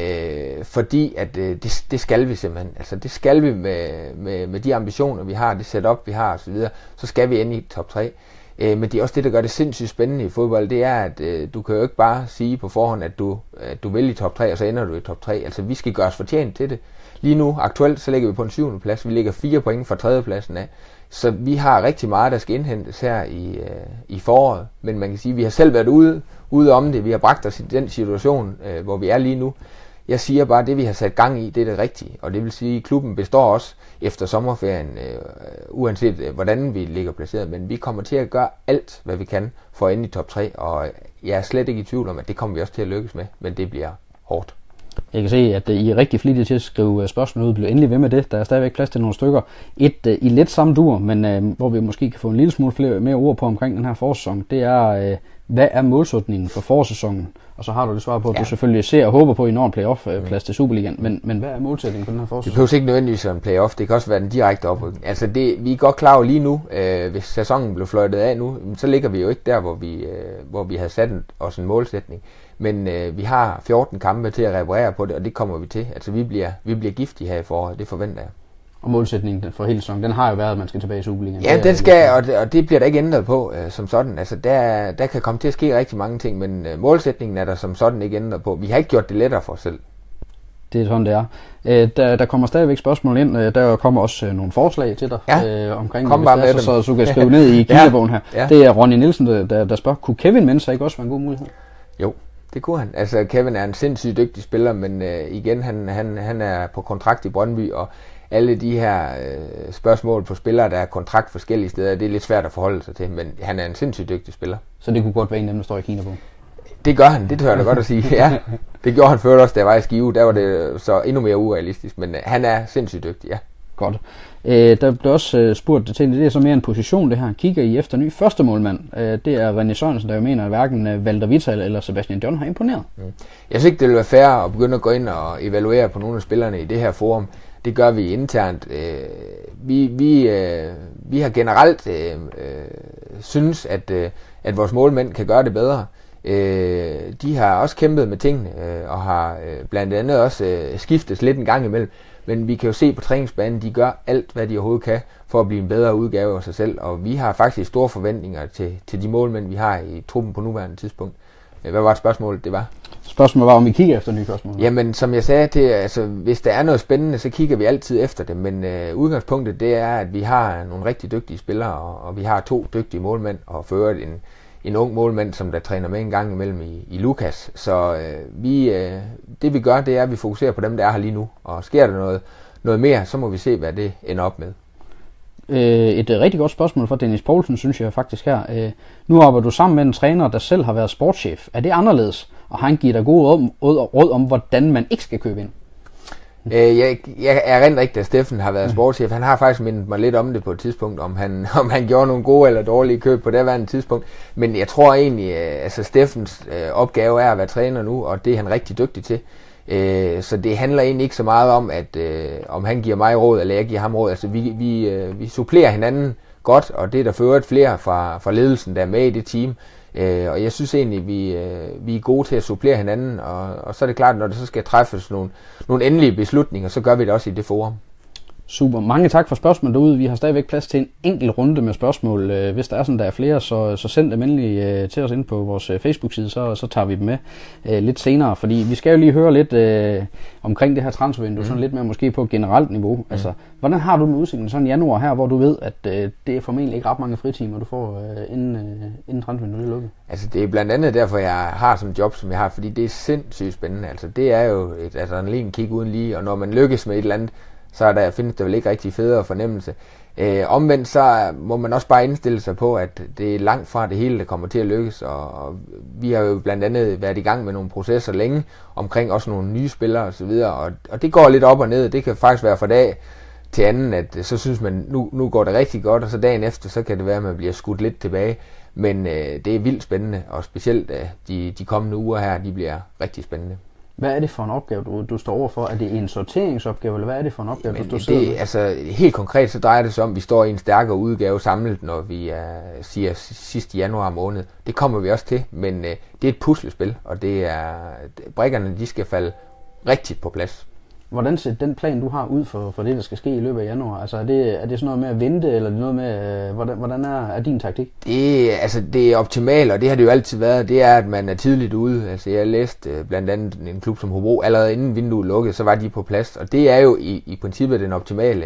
Speaker 2: Øh, fordi at øh, det, det skal vi simpelthen, altså det skal vi med, med, med de ambitioner vi har, det setup vi har osv., så, så skal vi ende i top tre. Øh, men det er også det, der gør det sindssygt spændende i fodbold, det er, at øh, du kan jo ikke bare sige på forhånd, at du, at du vil i top tre, og så ender du i top tre. Altså vi skal gøre os fortjent til det. Lige nu, aktuelt, så ligger vi på en syvende plads, vi ligger fire point fra tredjepladsen af. Så vi har rigtig meget, der skal indhentes her i, øh, i foråret, men man kan sige, at vi har selv været ude, ude om det, vi har bragt os i den situation, øh, hvor vi er lige nu. Jeg siger bare, at det vi har sat gang i, det er det rigtige, og det vil sige, at klubben består også efter sommerferien, øh, uanset øh, hvordan vi ligger placeret, men vi kommer til at gøre alt, hvad vi kan for at ende i top tre, og jeg er slet ikke i tvivl om, at det kommer vi også til at lykkes med, men det bliver hårdt.
Speaker 1: Jeg kan se, at I er rigtig flittige til at skrive spørgsmål ud. Bliv endelig ved med det. Der er stadigvæk plads til nogle stykker. Et uh, i lidt samme dur, men uh, hvor vi måske kan få en lille smule flere, mere ord på omkring den her forsæson. Det er, uh, hvad er målsætningen for forsæsonen? Og så har du det svar på, at ja. du selvfølgelig ser og håber på, at I når en playoff-plads til Superligaen. Men, men hvad er målsætningen på den her forsæson?
Speaker 2: Det behøver ikke nødvendigvis en playoff. Det kan også være den direkte oprykning. Altså det, vi er godt klar over lige nu, øh, hvis sæsonen blev fløjtet af nu, så ligger vi jo ikke der, hvor vi, øh, hvor vi havde sat os en målsætning. Men øh, vi har fjorten kampe til at reparere på det, og det kommer vi til. Altså vi bliver, vi bliver giftige her i foråret, det forventer jeg.
Speaker 1: Og målsætningen for hele sæsonen, den har jo været, at man skal tilbage i Superligaen.
Speaker 2: Ja, den skal, og det, og det bliver der ikke ændret på øh, som sådan. Altså der, der kan komme til at ske rigtig mange ting, men øh, målsætningen er der som sådan ikke ændret på. Vi har ikke gjort det lettere for os selv.
Speaker 1: Det er sådan, det er. Øh, der, der kommer stadigvæk spørgsmål ind. Øh, der kommer også øh, nogle forslag til dig
Speaker 2: ja.
Speaker 1: øh, omkring
Speaker 2: Kom
Speaker 1: det,
Speaker 2: bare med
Speaker 1: så, så, så du kan skrive ned i kildebogen her.
Speaker 2: Ja.
Speaker 1: Det er Ronny Nielsen, der, der, der spørger, kunne Kevin Mensah ikke også være en god mulighed?
Speaker 2: Jo. Det kunne han. Altså Kevin er en sindssygt dygtig spiller, men øh, igen, han, han, han er på kontrakt i Brøndby, og alle de her øh, spørgsmål på spillere, der er kontrakt forskellige steder, det er lidt svært at forholde sig til, men han er en sindssygt dygtig spiller.
Speaker 1: Så det kunne godt være en af dem, der står i Kina på?
Speaker 2: Det gør han, det tør jeg da godt at sige. Ja, det gjorde han før også, da jeg var i Skive, der var det så endnu mere urealistisk, men øh, han er sindssygt dygtig, ja.
Speaker 1: Godt. Øh, der blev også øh, spurgt til, det er så mere en position det her. Kigger I efter ny første målmand? Øh, det er René Sørensen, der jo mener, at hverken øh, Walter Vital eller Sebastian John har imponeret. Mm.
Speaker 2: Jeg synes ikke, det vil være fair at begynde at gå ind og evaluere på nogle af spillerne i det her forum. Det gør vi internt. Øh, vi, vi, øh, vi har generelt øh, øh, synes, at, øh, at vores målmænd kan gøre det bedre. Øh, de har også kæmpet med tingene øh, og har øh, blandt andet også øh, skiftet lidt en gang imellem. Men vi kan jo se på træningsbanen, de gør alt, hvad de overhovedet kan, for at blive en bedre udgave af sig selv. Og vi har faktisk store forventninger til, til de målmænd, vi har i truppen på nuværende tidspunkt. Hvad var et spørgsmål, det var?
Speaker 1: Spørgsmålet var, om vi kigger efter nye spørgsmål.
Speaker 2: Jamen, som jeg sagde, det, altså, hvis der er noget spændende, så kigger vi altid efter det. Men øh, udgangspunktet, det er, at vi har nogle rigtig dygtige spillere, og, og vi har to dygtige målmænd, og for øvrigt en, en ung målmand, som der træner med en gang imellem i, i Lukas. Så øh, vi, øh, det vi gør, det er, at vi fokuserer på dem, der er her lige nu. Og sker der noget, noget mere, så må vi se, hvad det ender op med.
Speaker 1: Øh, et øh, rigtig godt spørgsmål fra Dennis Poulsen, synes jeg faktisk her. Øh, nu arbejder du sammen med en træner, der selv har været sportschef. Er det anderledes? Og han giver dig gode råd, råd, råd om, hvordan man ikke skal købe ind?
Speaker 2: Øh, jeg, jeg er rent ikke, da Steffen har været sportschef. Han har faktisk mindet mig lidt om det på et tidspunkt, om han, om han gjorde nogle gode eller dårlige køb på det værende tidspunkt. Men jeg tror egentlig, at altså Steffens øh, opgave er at være træner nu, og det er han rigtig dygtig til. Øh, så det handler egentlig ikke så meget om, at øh, om han giver mig råd, eller jeg giver ham råd. Altså vi, vi, øh, vi supplerer hinanden godt, og det er der for øvrigt flere fra, fra ledelsen, der er med i det team. Øh, og jeg synes egentlig, vi, øh, vi er gode til at supplere hinanden, og, og så er det klart, når der så skal træffes nogle, nogle endelige beslutninger, så gør vi det også i det forum.
Speaker 1: Super. Mange tak for spørgsmål derude. Vi har stadigvæk plads til en enkelt runde med spørgsmål. Hvis der er sådan, der er flere, så, så send dem endelig til os ind på vores Facebook-side, så, så tager vi dem med øh, lidt senere. Fordi vi skal jo lige høre lidt øh, omkring det her transfervindue, mm. sådan lidt mere måske på generelt niveau. Mm. Altså, hvordan har du med udsigten sådan i januar her, hvor du ved, at øh, det er formentlig ikke ret mange fritimer, du får øh, inden, øh, inden transfervinduet er lukket?
Speaker 2: Altså det er blandt andet derfor, jeg har sådan et job, som jeg har, fordi det er sindssygt spændende. Altså det er jo et adrenalin-kick uden lige, og når man lykkes med et eller andet, så er der, findes der vel ikke rigtig federe fornemmelse. Øh, omvendt så må man også bare indstille sig på, at det er langt fra det hele, der kommer til at lykkes, og, og vi har jo blandt andet været i gang med nogle processer længe, omkring også nogle nye spillere osv., og, og det går lidt op og ned. Det kan faktisk være fra dag til anden, at så synes man, nu, nu går det rigtig godt, og så dagen efter, så kan det være, at man bliver skudt lidt tilbage. Men øh, det er vildt spændende, og specielt øh, de, de kommende uger her, de bliver rigtig spændende.
Speaker 1: Hvad er det for en opgave, du, du står overfor? Er det en sorteringsopgave, eller hvad er det for en opgave,
Speaker 2: Men
Speaker 1: du, du sidder
Speaker 2: det,
Speaker 1: med?
Speaker 2: Altså, helt konkret så drejer det sig om, at vi står i en stærkere udgave samlet, når vi er, siger sidste januar måned. Det kommer vi også til, men øh, det er et puslespil, og det er brikkerne, de skal falde rigtigt på plads.
Speaker 1: Hvordan ser den plan, du har ud for, for det, der skal ske i løbet af januar? Altså er det, er det sådan noget med at vente, eller er det noget med, øh, hvordan, hvordan er, er din taktik?
Speaker 2: Det, altså, det er optimalt, og det har det jo altid været, det er, at man er tidligt ude. Altså jeg læste øh, blandt andet en klub som Hobro, allerede inden vinduet lukkede, så var de på plads, og det er jo i, i princippet den optimale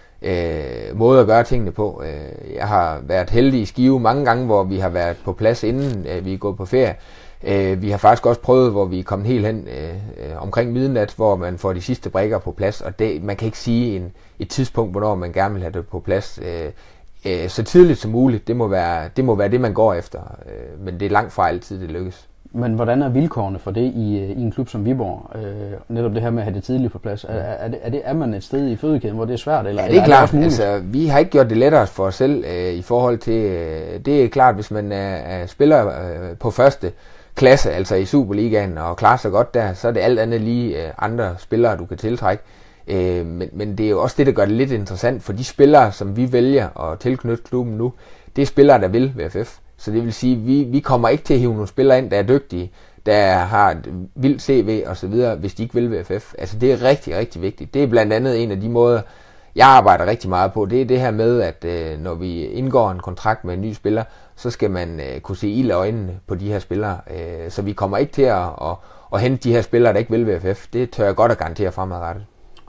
Speaker 2: øh, måde at gøre tingene på. Øh, jeg har været heldig i Skive mange gange, hvor vi har været på plads, inden øh, vi er gået på ferie. Uh, vi har faktisk også prøvet, hvor vi er kommet helt hen uh, omkring midnat, hvor man får de sidste brikker på plads, og det, man kan ikke sige en, et tidspunkt, hvornår man gerne vil have det på plads. Uh, uh, så tidligt som muligt, det må være det, må være det man går efter, uh, men det er langt fra altid, det lykkes.
Speaker 1: Men hvordan er vilkårene for det i, i en klub som Viborg? Uh, netop det her med at have det tidligt på plads. Er, er, det, er, det, er man et sted i fødekæden, hvor det er svært? Eller,
Speaker 2: ja, det er,
Speaker 1: eller
Speaker 2: klart.
Speaker 1: Er det
Speaker 2: altså, vi har ikke gjort det lettere for os selv uh, i forhold til, uh, det er klart, hvis man er, er spiller uh, på første klasse, altså i Superligaen, og klarer sig godt der, så er det alt andet lige øh, andre spillere, du kan tiltrække. Øh, men, men det er jo også det, der gør det lidt interessant, for de spillere, som vi vælger at tilknytte klubben nu, det er spillere, der vil V F F. Så det vil sige, at vi, vi kommer ikke til at hive nogle spillere ind, der er dygtige, der har et vildt C V og så videre, hvis de ikke vil V F F. Altså det er rigtig, rigtig vigtigt. Det er blandt andet en af de måder, jeg arbejder rigtig meget på. Det er det her med, at øh, når vi indgår en kontrakt med en ny spiller, så skal man øh, kunne se ild i øjnene på de her spillere. Øh, så vi kommer ikke til at, at, at hente de her spillere, der ikke vil V F F. Det tør jeg godt at garantere fremadrettet.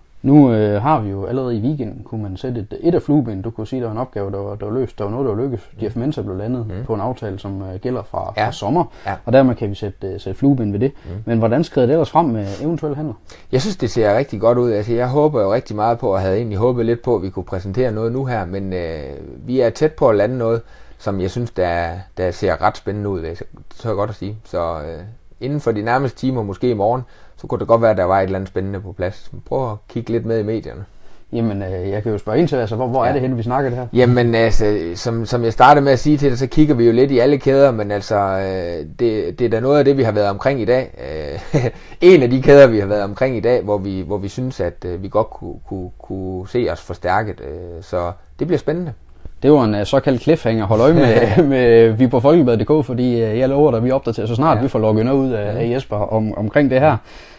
Speaker 1: Nu øh, har vi jo allerede i weekenden, kunne man sætte et, et af flueben. Du kunne sige, at der var en opgave, der var, der var løst. Der var noget, der var lykkes. Jeff Mensah blev landet mm. på en aftale, som øh, gælder fra, ja. fra sommer. Ja. Og dermed kan vi sætte, øh, sætte flueben ved det. Mm. Men hvordan skrider det ellers frem med eventuelle handler?
Speaker 2: Jeg synes, det ser rigtig godt ud. Altså, jeg håber jo rigtig meget på, og havde egentlig håbet lidt på, at vi kunne præsentere noget nu her. Men øh, vi er tæt på at lande noget, som jeg synes, der, der ser ret spændende ud. Det er så godt at sige. Så øh, inden for de nærmeste timer, måske i morgen, så kunne det godt være, at der var et eller andet spændende på plads. Prøv at kigge lidt med i medierne.
Speaker 1: Jamen, øh, jeg kan jo spørge ind til, altså, hvor, hvor ja. er det henne, vi snakker det her?
Speaker 2: Jamen, altså, som, som jeg startede med at sige til dig, så kigger vi jo lidt i alle kæder, men altså, øh, det, det er da noget af det, vi har været omkring i dag. Øh, en af de kæder, vi har været omkring i dag, hvor vi, hvor vi synes, at øh, vi godt kunne, kunne, kunne se os forstærket. Øh, så det bliver spændende.
Speaker 1: Det var en uh, såkaldt cliffhanger. Hold øje med, med Viborg Folkebladet punktum d k, fordi uh, jeg lover dig, at vi opdaterer så snart ja. vi får logget noget ud af, af Jesper om, omkring det her.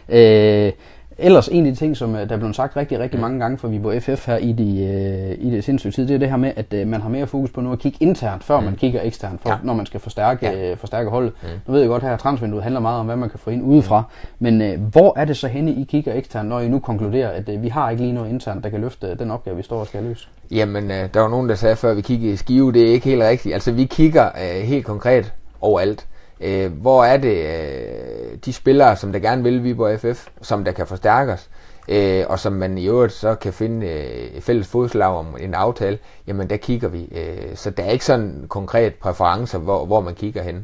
Speaker 1: Uh, ellers en af de ting, som uh, der er blevet sagt rigtig, rigtig mange gange fra Viborg F F her i de, uh, i det sindssyge tid, det er det her med, at uh, man har mere fokus på nu at kigge internt, før mm. man kigger eksternt, for, ja. når man skal forstærke, ja. uh, forstærke holdet. Mm. Nu ved jeg godt her, at transfervinduet handler meget om, hvad man kan få ind udefra, mm. men uh, hvor er det så henne, I kigger eksternt, når I nu konkluderer, at uh, vi har ikke lige noget internt, der kan løfte den opgave, vi står og skal løse?
Speaker 2: Jamen, øh, der var nogen, der sagde før, vi kiggede i Skive. Det er ikke helt rigtigt. Altså, vi kigger øh, helt konkret overalt. Øh, hvor er det øh, de spillere, som der gerne vil Viborg F F, som der kan forstærkes, øh, og som man i øvrigt så kan finde øh, fælles fodslag om en aftale, jamen der kigger vi. Øh, så der er ikke sådan konkret præferencer, hvor, hvor man kigger hen.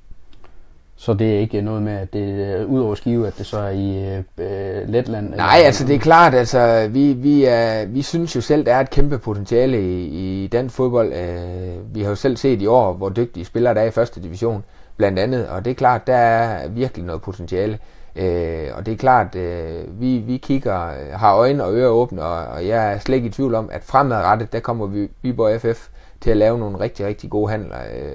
Speaker 1: Så det er ikke noget med, at det er ud over Skive, at det så er i øh, Letland?
Speaker 2: Nej, eller? Altså det er klart, altså vi, vi, er, vi synes jo selv, der er et kæmpe potentiale i, i dansk fodbold. Øh, vi har jo selv set i år, hvor dygtige spillere der er i første division, blandt andet, og det er klart, der er virkelig noget potentiale. Øh, og det er klart, øh, vi, vi kigger, har øjne og ører åbne, og, og jeg er slet ikke i tvivl om, at fremadrettet, der kommer vi Viborg F F til at lave nogle rigtig, rigtig gode handler. Øh,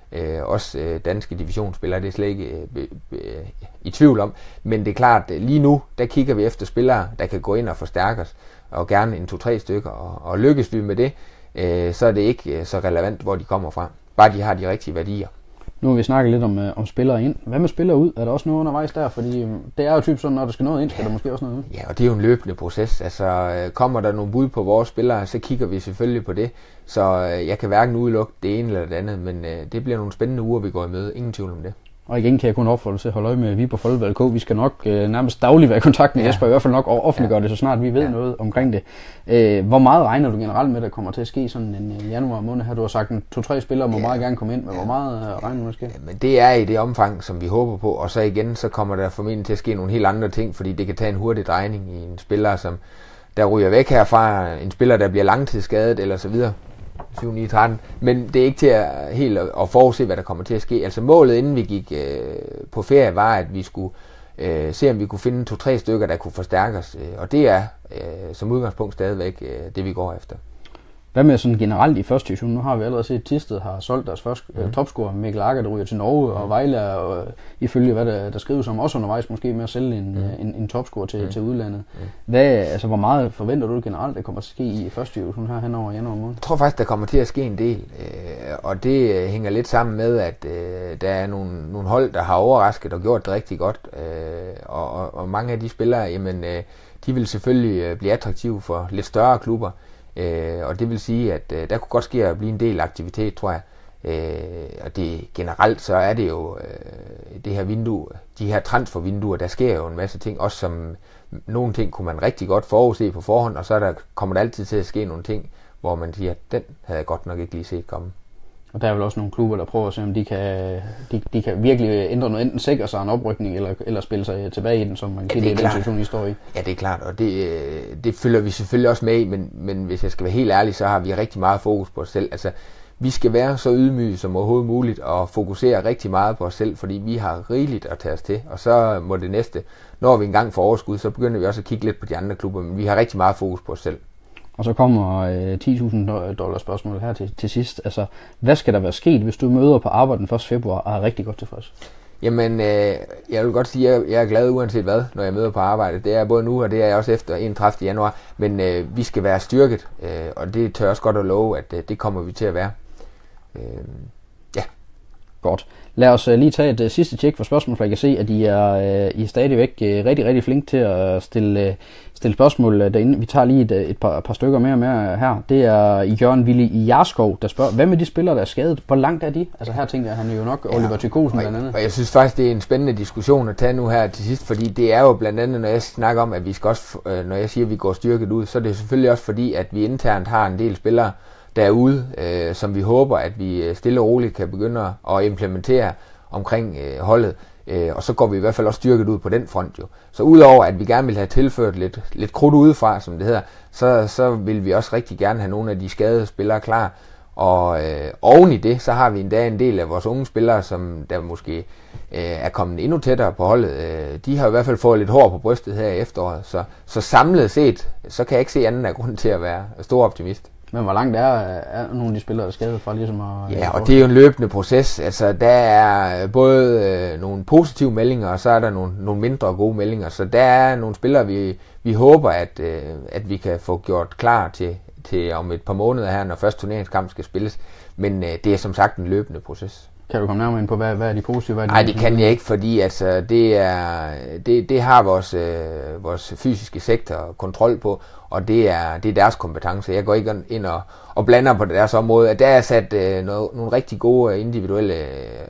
Speaker 2: Øh, også øh, danske divisionsspillere, det er slet ikke øh, be, be, i tvivl om. Men det er klart, at lige nu, der kigger vi efter spillere, der kan gå ind og forstærke os, og gerne en to-tre stykker. Og, og lykkes vi med det, øh, så er det ikke øh, så relevant, hvor de kommer fra. Bare de har de rigtige værdier.
Speaker 1: Nu har vi snakket lidt om, øh, om spillere ind. Hvad med spillere ud? Er der også noget undervejs der? Fordi øh, det er jo typisk sådan, når der skal noget ind, skal ja. der måske også noget ud.
Speaker 2: Ja, og det er jo en løbende proces. Altså, øh, kommer der nogle bud på vores spillere, så kigger vi selvfølgelig på det. Så øh, jeg kan hverken udelukke det ene eller det andet, men øh, det bliver nogle spændende uger, vi går i møde. Ingen tvivl om det.
Speaker 1: Og igen kan jeg kun opfordre til at holde øje med Viborg Folkebad punktum d k. Vi skal nok øh, nærmest dagligt være i kontakt med ja. Jesper, i hvert fald nok offentliggøre ja. det, så snart vi ved ja. noget omkring det. Øh, hvor meget regner du generelt med, der kommer til at ske sådan en januar måned her? Du har sagt, at to-tre spillere må ja. meget gerne komme ind, men ja. hvor meget øh, regner du med at ske?
Speaker 2: Ja, men det er i det omfang, som vi håber på, og så igen, så kommer der formentlig til at ske nogle helt andre ting, fordi det kan tage en hurtig drejning i en spiller, som der ryger væk herfra, en spiller, der bliver langtidsskadet eller så videre. syv ni tretten, men det er ikke til at helt at forudse, hvad der kommer til at ske. Altså målet, inden vi gik øh, på ferie, var, at vi skulle øh, se, om vi kunne finde to-tre stykker, der kunne forstærke os. Og det er øh, som udgangspunkt stadigvæk øh, det, vi går efter.
Speaker 1: Hvad med sådan generelt i første division? Nu har vi allerede set, at Thisted har solgt deres første mm. uh, topscorer, Mikkel Akker, der ryger til Norge, mm. og Vejle er uh, ifølge hvad der, der skrives om, også undervejs måske med at sælge en, mm. uh, en, en topscorer til, mm. til udlandet. Mm. Hvad, altså, hvor meget forventer du generelt, der kommer til at ske i første division her hen over januar måned?
Speaker 2: Jeg tror faktisk, der kommer til at ske en del, øh, og det øh, hænger lidt sammen med, at øh, der er nogle, nogle hold, der har overrasket og gjort det rigtig godt, øh, og, og, og mange af de spillere, jamen, øh, de vil selvfølgelig øh, blive attraktive for lidt større klubber. Øh, og det vil sige, at øh, der kunne godt ske at blive en del aktivitet, tror jeg. Øh, og det generelt, så er det jo øh, det her vindue, de her transfervinduer, der sker jo en masse ting, også som nogle ting kunne man rigtig godt forudse på forhånd, og så der, kommer der altid til at ske nogle ting, hvor man siger, at den havde jeg godt nok ikke lige set komme.
Speaker 1: Og der er vel også nogle klubber, der prøver at se, om de kan, de, de kan virkelig ændre noget, enten sikre sig en oprykning, eller, eller spille sig tilbage i den, som man kan sige, ja, det er den situation, I står i.
Speaker 2: Ja, det er klart, og det, det følger vi selvfølgelig også med i, men, men hvis jeg skal være helt ærlig, så har vi rigtig meget fokus på os selv. Altså, vi skal være så ydmyge som overhovedet muligt, og fokusere rigtig meget på os selv, fordi vi har rigeligt at tage os til, og så må det næste, når vi engang får overskud, så begynder vi også at kigge lidt på de andre klubber, men vi har rigtig meget fokus på os selv.
Speaker 1: Og så kommer øh, ti tusind dollars spørgsmål her til, til sidst. Altså, hvad skal der være sket, hvis du møder på arbejde den første februar og er rigtig godt tilfreds?
Speaker 2: Jamen, øh, jeg vil godt sige, at jeg, jeg er glad uanset hvad, når jeg møder på arbejde. Det er både nu, og det er jeg også efter enogtredivte januar. Men øh, vi skal være styrket, øh, og det tør jeg også godt at love, at øh, det kommer vi til at være. Øh, ja.
Speaker 1: Godt. Lad os uh, lige tage et uh, sidste tjek for spørgsmål, for jeg kan se, at I er, uh, I er stadigvæk uh, rigtig, rigtig flinke til at stille, uh, stille spørgsmål uh, derinde. Vi tager lige et, et, par, et par stykker mere med her. Det er Jørgen Ville i Jarskov, der spørger, hvad med de spillere, der er skadet? Hvor langt er de? Altså her tænker jeg, han er jo nok ja, Oliver Tykosen blandt andet.
Speaker 2: Og jeg synes faktisk, det er en spændende diskussion at tage nu her til sidst, fordi det er jo blandt andet, når jeg snakker om, at vi skal også, uh, når jeg siger, at vi går styrket ud, så er det selvfølgelig også fordi, at vi internt har en del spillere derude, øh, som vi håber, at vi stille og roligt kan begynde at implementere omkring øh, holdet, øh, og så går vi i hvert fald også styrket ud på den front jo. Så udover at vi gerne vil have tilført lidt, lidt krudt udefra, som det hedder, så, så vil vi også rigtig gerne have nogle af de skadede spillere klar, og øh, oven i det, så har vi endda en del af vores unge spillere, som der måske øh, er kommet endnu tættere på holdet. Øh, de har i hvert fald fået lidt hår på brystet her i efteråret, så, så samlet set, så kan jeg ikke se anden af grund til at være stor optimist.
Speaker 1: Men hvor langt er, er nogle af de spillere, der er skadet fra ligesom at...
Speaker 2: Ja, og det er jo en løbende proces. Altså, der er både øh, nogle positive meldinger, og så er der nogle, nogle mindre gode meldinger. Så der er nogle spillere, vi, vi håber, at, øh, at vi kan få gjort klar til, til om et par måneder her, når første turneringskamp skal spilles. Men øh, det er som sagt en løbende proces.
Speaker 1: Kan du komme nærmere ind på, hvad, hvad er de positive?
Speaker 2: Nej, det kan jeg ikke, fordi altså, det, er, det, det har vores, øh, vores fysiske sektor kontrol på, og det er, det er deres kompetence. Jeg går ikke ind og, og blander på deres område. Der er sat øh, noget, nogle rigtig gode individuelle øh,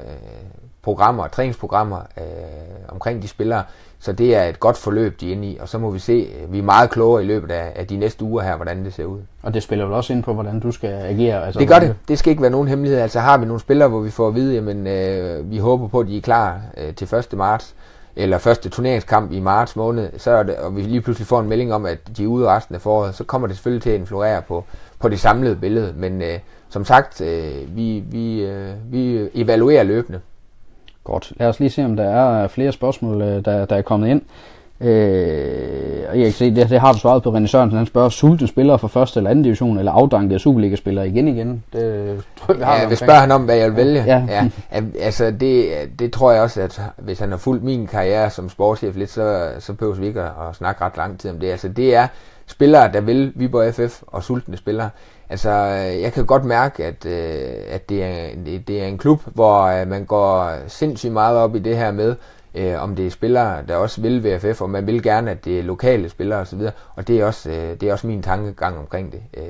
Speaker 2: programmer, træningsprogrammer øh, omkring de spillere, så det er et godt forløb, de er inde i, og så må vi se, vi er meget klogere i løbet af, af de næste uger her, hvordan det ser ud.
Speaker 1: Og det spiller vel også ind på, hvordan du skal agere? Altså,
Speaker 2: det gør det. Det skal ikke være nogen hemmelighed. Altså har vi nogle spillere, hvor vi får at vide, jamen øh, vi håber på, at de er klar øh, til første marts, eller første turneringskamp i marts måned, så er det, og vi lige pludselig får en melding om, at de er ude resten af foråret, så kommer det selvfølgelig til at influere på, på det samlede billede. Men øh, som sagt, øh, vi, vi, øh, vi evaluerer løbende.
Speaker 1: Godt. Lad os lige se, om der er flere spørgsmål, der, der er kommet ind. Øh, og jeg kan se, det, det har du svaret på. René Sørensen, han spørger, sultne spillere fra første eller anden division, eller afdankede Superliga-spillere igen igen? Det tror jeg, vi har.
Speaker 2: Ja, jeg vil spørge han om, hvad jeg vil vælge.
Speaker 1: Ja.
Speaker 2: Ja, altså det, det tror jeg også, at hvis han har fulgt min karriere som sportschef lidt, så, så behøver vi ikke at, at snakke ret lang tid om det. Altså det er spillere, der vil Viborg F F, og sultne spillere. Altså jeg kan godt mærke, at, at det, er, det er en klub, hvor man går sindssygt meget op i det her med, Øh, om det er spillere, der også vil V F F, og man vil gerne, at det er lokale spillere osv., og det er også, øh, det er også min tankegang omkring det. Øh,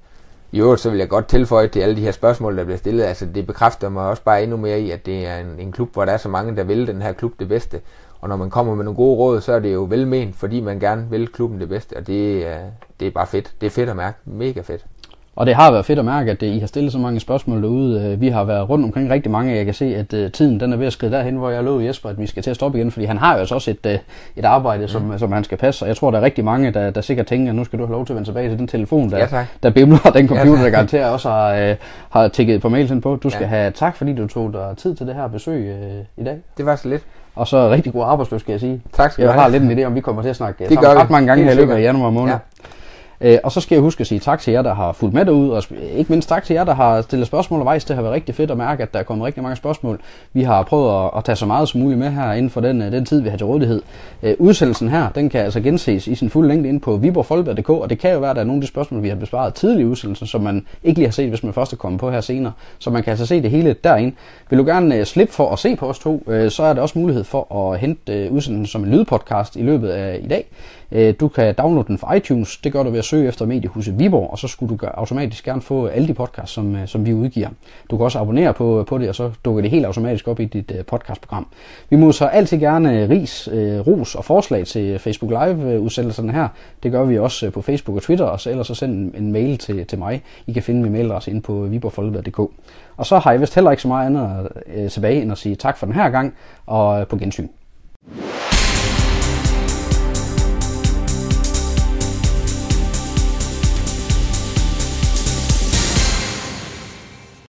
Speaker 2: I øvrigt så vil jeg godt tilføje til alle de her spørgsmål, der bliver stillet, altså det bekræfter mig også bare endnu mere i, at det er en, en klub, hvor der er så mange, der vil den her klub det bedste, og når man kommer med nogle gode råd, så er det jo velment, fordi man gerne vil klubben det bedste, og det, øh, det er bare fedt. Det er fedt at mærke. Mega fedt.
Speaker 1: Og det har været fedt at mærke, at I har stillet så mange spørgsmål derude. Vi har været rundt omkring rigtig mange. Jeg kan se, at tiden den er ved at skride derhen, hvor jeg lovede Jesper, at vi skal til at stoppe igen. Fordi han har jo altså også et, et arbejde, som, mm. som han skal passe. Og jeg tror, der er rigtig mange, der, der sikkert tænker, at nu skal du have lov til at vende tilbage til den telefon, der,
Speaker 2: ja,
Speaker 1: der bimler, og den computer, ja, der garanterer også har, har tækket på mailsen på. Du skal ja. have tak, fordi du tog dig tid til det her besøg øh, i dag.
Speaker 2: Det var så lidt.
Speaker 1: Og så rigtig god arbejdsløs, skal jeg sige.
Speaker 2: Tak skal
Speaker 1: du have. Jeg har lidt en idé om, vi kommer til at snakke det sammen ret mange gange her i løbet af januar måned. Ja. Øh, og så skal jeg huske at sige tak til jer, der har fulgt med derude, og ikke mindst tak til jer, der har stillet spørgsmål undervejs. Det har været rigtig fedt at mærke, at der er kommet rigtig mange spørgsmål. Vi har prøvet at, at tage så meget som muligt med her inden for den, den tid, vi har til rådighed. Øh, udsendelsen her, den kan altså genses i sin fulde længde inde på viborg folkeblad punktum d k, og det kan jo være, at der er nogle af de spørgsmål, vi har besvaret tidligere i udsendelsen, som man ikke lige har set, hvis man først er kommet på her senere. Så man kan altså se det hele derinde. Vil du gerne uh, slippe for at se på os to, uh, så er der også mulighed for at hente uh, udsendelsen som en lydpodcast i løbet af i dag. Du kan downloade den fra iTunes, det gør du ved at søge efter Mediehuset Viborg, og så skulle du automatisk gerne få alle de podcasts, som, som vi udgiver. Du kan også abonnere på, på det, og så dukker det helt automatisk op i dit podcastprogram. Vi modtager altid gerne ris, ros og forslag til Facebook Live-udsendelserne her. Det gør vi også på Facebook og Twitter, og så ellers så send en, en mail til, til mig. I kan finde min mailadresse inde på viborg folkeblad punktum d k. Og så har jeg vist heller ikke så meget andet tilbage end at sige tak for den her gang, og på gensyn.